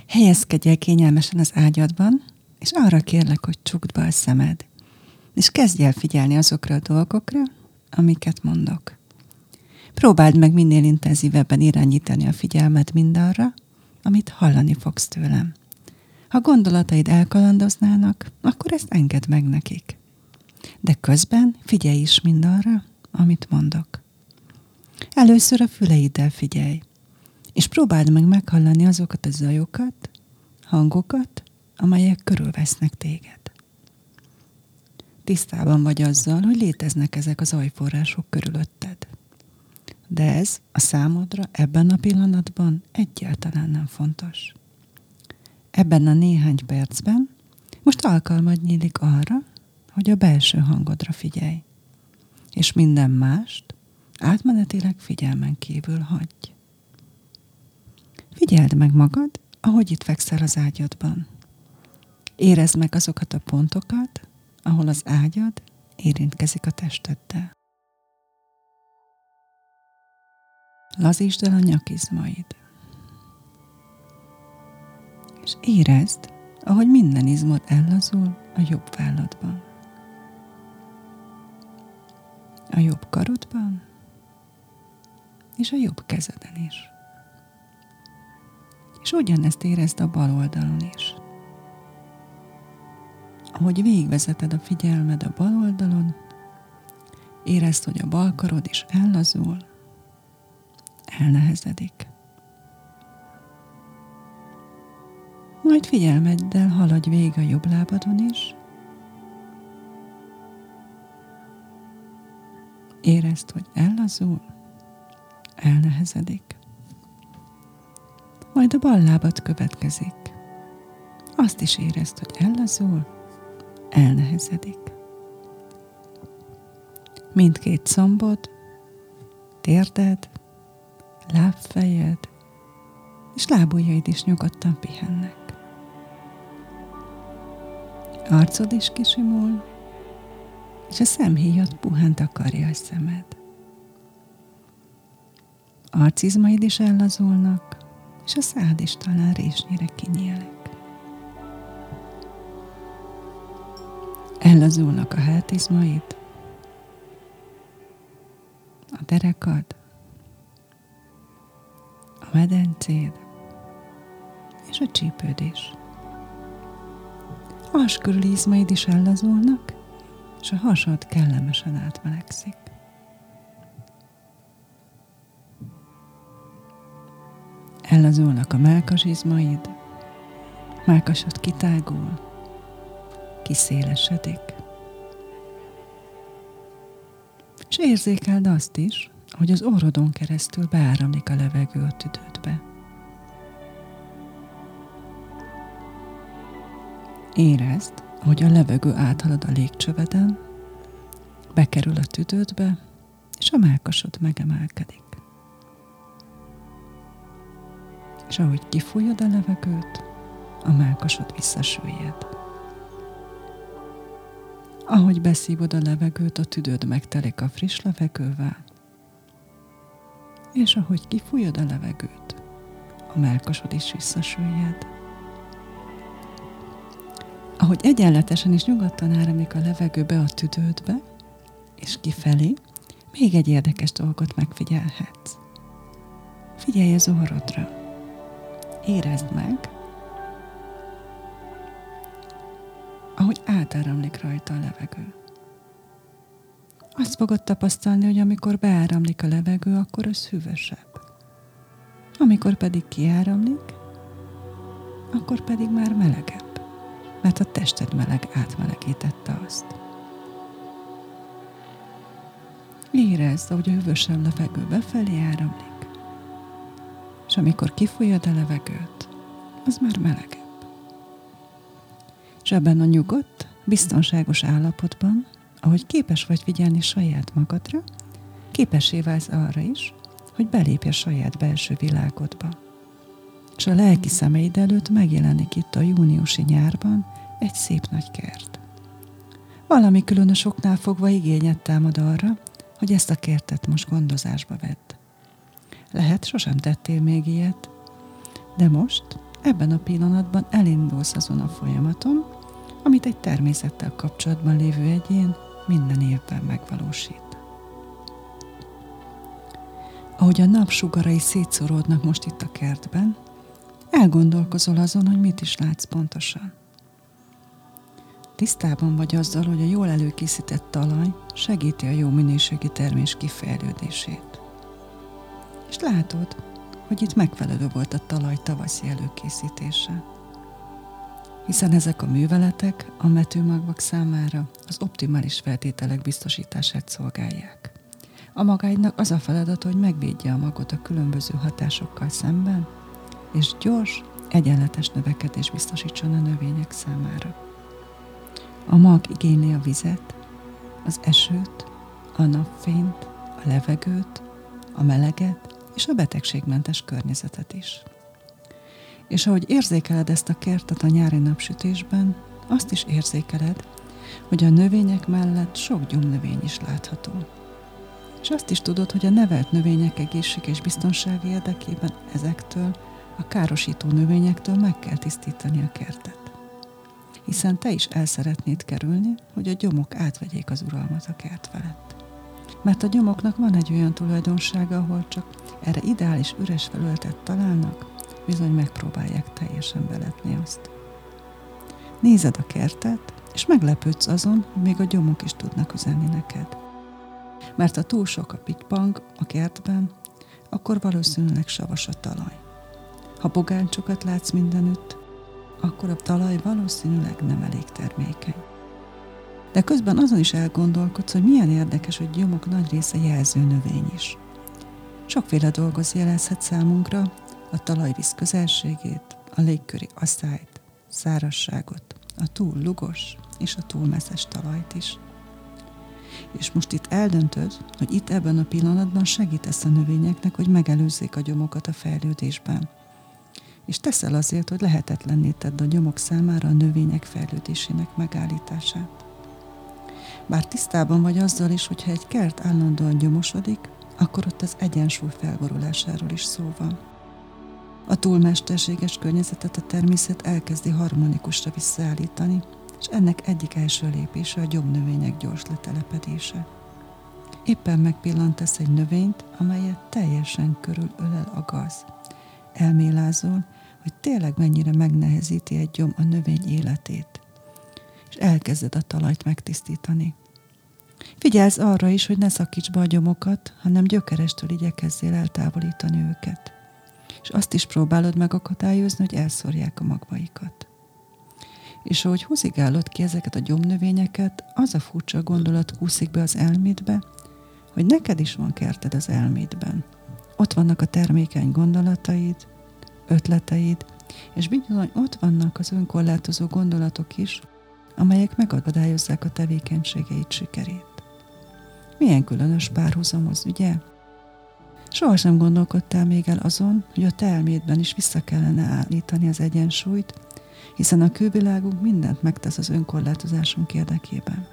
Helyezkedj el kényelmesen az ágyadban, és arra kérlek, hogy csukd be a szemed, és kezdj el figyelni azokra a dolgokra, amiket mondok. Próbáld meg minél intenzívebben irányítani a figyelmed mindarra, amit hallani fogsz tőlem. Ha gondolataid elkalandoznának, akkor ezt engedd meg nekik. De közben figyelj is mindarra, amit mondok. Először a füleiddel figyelj, és próbáld meg meghallani azokat a zajokat, hangokat, amelyek körülvesznek téged. Tisztában vagy azzal, hogy léteznek ezek a zajforrások körülötted. De ez a számodra ebben a pillanatban egyáltalán nem fontos. Ebben a néhány percben most alkalmad nyílik arra, hogy a belső hangodra figyelj, és minden mást átmenetileg figyelmen kívül hagyj. Figyeld meg magad, ahogy itt fekszel az ágyadban. Érezd meg azokat a pontokat, ahol az ágyad érintkezik a testeddel. Lazítsd el a nyakizmaid. És érezd, ahogy minden izmod ellazul a jobb válladban. A jobb karodban, és a jobb kezeden is. És ugyanezt érezd a bal oldalon is. Ahogy végigvezeted a figyelmed a bal oldalon, érezd, hogy a bal karod is ellazul, elnehezedik. Majd figyelmeddel haladj végig a jobb lábadon is. Érezd, hogy ellazul, elnehezedik. Majd a bal lábad következik. Azt is érezd, hogy ellazul, elnehezedik. Mindkét combod, térded, lábfejed és lábujjaid is nyugodtan pihennek. Arcod is kisimul, és a szemhéjad puhán takarja a szemed. Arcizmaid is ellazulnak, és a szád is talán résnyire kinyílik. Ellazulnak a hátizmaid, a derekad, a medencéd és a csípőd is. A has körüli izmaid is ellazulnak, és a hasad kellemesen átmelegszik. Ellazulnak a mellkasizmaid, mellkasod kitágul, kiszélesedik. És érzékeld azt is, hogy az orrodon keresztül beáramlik a levegő a tüdődbe. Érezd, hogy a levegő áthalad a légcsöveden, bekerül a tüdődbe, és a mellkasod megemelkedik. És ahogy kifújod a levegőt, a mellkasod visszasüllyed. Ahogy beszívod a levegőt, a tüdőd megtelik a friss levegővel, és ahogy kifújod a levegőt, a mellkasod is visszasüllyed. Ahogy egyenletesen és nyugodtan áramlik a levegőbe a tüdődbe, és kifelé, még egy érdekes dolgot megfigyelhetsz. Figyelj az orrodra. Érezd meg, ahogy átáramlik rajta a levegő. Azt fogod tapasztalni, hogy amikor beáramlik a levegő, akkor az hűvösebb. Amikor pedig kiáramlik, akkor pedig már melegebb, mert a tested meleg átmelegítette azt. Érezd, ahogy a hűvösebb levegő befelé áramlik, és amikor kifújod a levegőt, az már melegebb. És ebben a nyugodt, biztonságos állapotban, ahogy képes vagy figyelni saját magadra, képessé válsz arra is, hogy belépj a saját belső világodba. És a lelki szemeid előtt megjelenik itt a júniusi nyárban egy szép nagy kert. Valami különös oknál fogva igényed támad arra, hogy ezt a kertet most gondozásba vedd. Lehet, sosem tettél még ilyet, de most ebben a pillanatban elindulsz azon a folyamaton, amit egy természettel kapcsolatban lévő egyén minden évben megvalósít. Ahogy a nap sugarai szétszoródnak most itt a kertben, elgondolkozol azon, hogy mit is látsz pontosan. Tisztában vagy azzal, hogy a jól előkészített talaj segíti a jó minőségi termés kifejlődését. És látod, hogy itt megfelelő volt a talaj tavaszi előkészítése. Hiszen ezek a műveletek a metőmagvak számára az optimális feltételek biztosítását szolgálják. A magágynak az a feladata, hogy megvédje a magot a különböző hatásokkal szemben, és gyors, egyenletes növekedés biztosítson a növények számára. A mag igényli a vizet, az esőt, a napfényt, a levegőt, a meleget és a betegségmentes környezetet is. És ahogy érzékeled ezt a kertet a nyári napsütésben, azt is érzékeled, hogy a növények mellett sok gyomnövény is látható. És azt is tudod, hogy a nevelt növények egészség és biztonsági érdekében ezektől, a károsító növényektől meg kell tisztítani a kertet. Hiszen te is el szeretnéd kerülni, hogy a gyomok átvegyék az uralmat a kert felett. Mert a gyomoknak van egy olyan tulajdonsága, ahol csak erre ideális üres felületet találnak, bizony megpróbálják teljesen beletni azt. Nézed a kertet, és meglepődsz azon, hogy még a gyomok is tudnak üzenni neked. Mert ha túl sok a pittypang a kertben, akkor valószínűleg savas a talaj. Ha bogáncsokat látsz mindenütt, akkor a talaj valószínűleg nem elég termékeny. De közben azon is elgondolkodsz, hogy milyen érdekes, hogy gyomok nagy része jelző növény is. Sokféle dolgot jelezhet számunkra, a talajvíz közelségét, a légköri asszályt, szárazságot, a túl lugos és a túl meszes talajt is. És most itt eldöntöd, hogy itt ebben a pillanatban segítesz a növényeknek, hogy megelőzzék a gyomokat a fejlődésben. És teszel azért, hogy lehetetlenné tedd a gyomok számára a növények fejlődésének megállítását. Bár tisztában vagy azzal is, hogyha egy kert állandóan gyomosodik, akkor ott az egyensúly felborulásáról is szó van. A túlmesterséges környezetet a természet elkezdi harmonikusra visszaállítani, és ennek egyik első lépése a gyomnövények gyors letelepedése. Éppen megpillantasz egy növényt, amelyet teljesen körülölel a gaz. Elmélázol, hogy tényleg mennyire megnehezíti egy gyom a növény életét, és elkezded a talajt megtisztítani. Figyelsz arra is, hogy ne szakíts be a gyomokat, hanem gyökerestől igyekezzél eltávolítani őket. És azt is próbálod megakadályozni, hogy elszórják a magvaikat. És ahogy húzigálod ki ezeket a gyomnövényeket, az a furcsa gondolat kúszik be az elmédbe, hogy neked is van kerted az elmédben. Ott vannak a termékeny gondolataid, ötleteid, és bizony ott vannak az önkorlátozó gondolatok is, amelyek megakadályozzák a tevékenységeid sikerét. Milyen különös párhuzamos, ugye? Sohasem gondolkodtál még el azon, hogy a te elmédben is vissza kellene állítani az egyensúlyt, hiszen a külvilágunk mindent megtesz az önkorlátozásunk érdekében.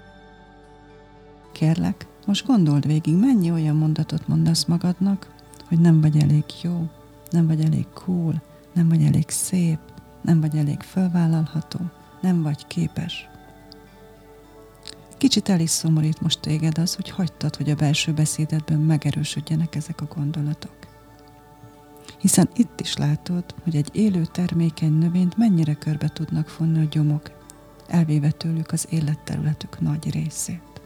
Kérlek, most gondold végig, mennyi olyan mondatot mondasz magadnak, hogy nem vagy elég jó, nem vagy elég cool, nem vagy elég szép, nem vagy elég felvállalható, nem vagy képes. Kicsit el is szomorít most téged az, hogy hagytad, hogy a belső beszédedben megerősödjenek ezek a gondolatok. Hiszen itt is látod, hogy egy élő termékeny növényt mennyire körbe tudnak fonni a gyomok, elvéve tőlük az életterületük nagy részét.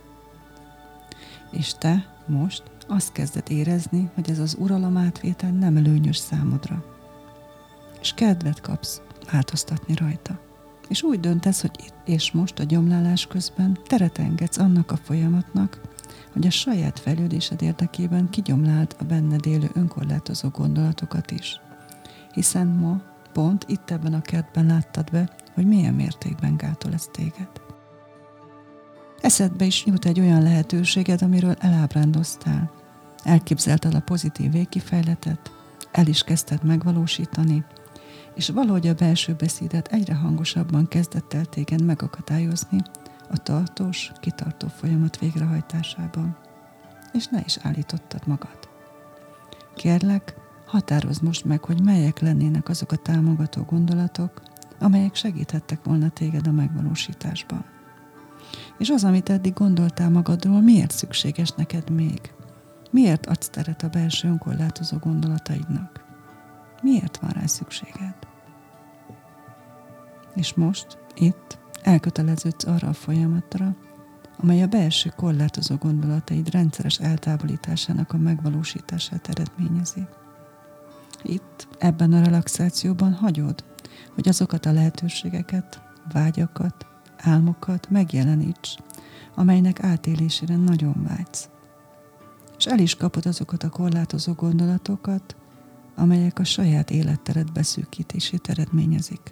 És te most azt kezded érezni, hogy ez az uralomátvétel nem előnyös számodra. És kedvet kapsz változtatni rajta. És úgy döntesz, hogy itt és most a gyomlálás közben teret engedsz annak a folyamatnak, hogy a saját fejlődésed érdekében kigyomláld a benned élő önkorlátozó gondolatokat is. Hiszen ma pont itt ebben a kertben láttad be, hogy milyen mértékben gátol ez téged. Eszedbe is jut egy olyan lehetőséged, amiről elábrándoztál. Elképzelted a pozitív végkifejletet, el is kezdted megvalósítani, és valahogy a belső beszédet egyre hangosabban kezdett el téged megakadályozni a tartós, kitartó folyamat végrehajtásában. És ne is állítottad magad. Kérlek, Határozd most meg, hogy melyek lennének azok a támogató gondolatok, amelyek segíthettek volna téged a megvalósításban. És az, amit eddig gondoltál magadról, miért szükséges neked még? Miért adsz teret a belső önkorlátozó gondolataidnak? Miért van rá szükséged? És most, itt elköteleződsz arra a folyamatra, amely a belső korlátozó gondolataid rendszeres eltávolításának a megvalósítását eredményezi. Itt, ebben a relaxációban hagyod, hogy azokat a lehetőségeket, vágyakat, álmokat megjeleníts, amelynek átélésére nagyon vágysz. És el is kapod azokat a korlátozó gondolatokat, amelyek a saját élettered beszűkítését eredményezik.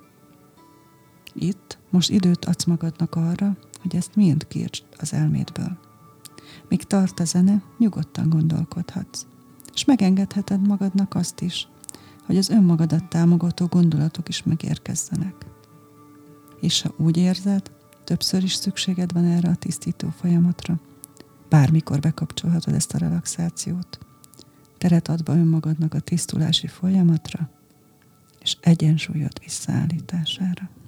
Itt most időt adsz magadnak arra, hogy ezt mind kiirtsd az elmédből. Míg tart a zene, nyugodtan gondolkodhatsz. És megengedheted magadnak azt is, hogy az önmagadat támogató gondolatok is megérkezzenek. És ha úgy érzed, többször is szükséged van erre a tisztító folyamatra, bármikor bekapcsolhatod ezt a relaxációt, teret adva önmagadnak a tisztulási folyamatra, és egyensúlyod visszaállítására.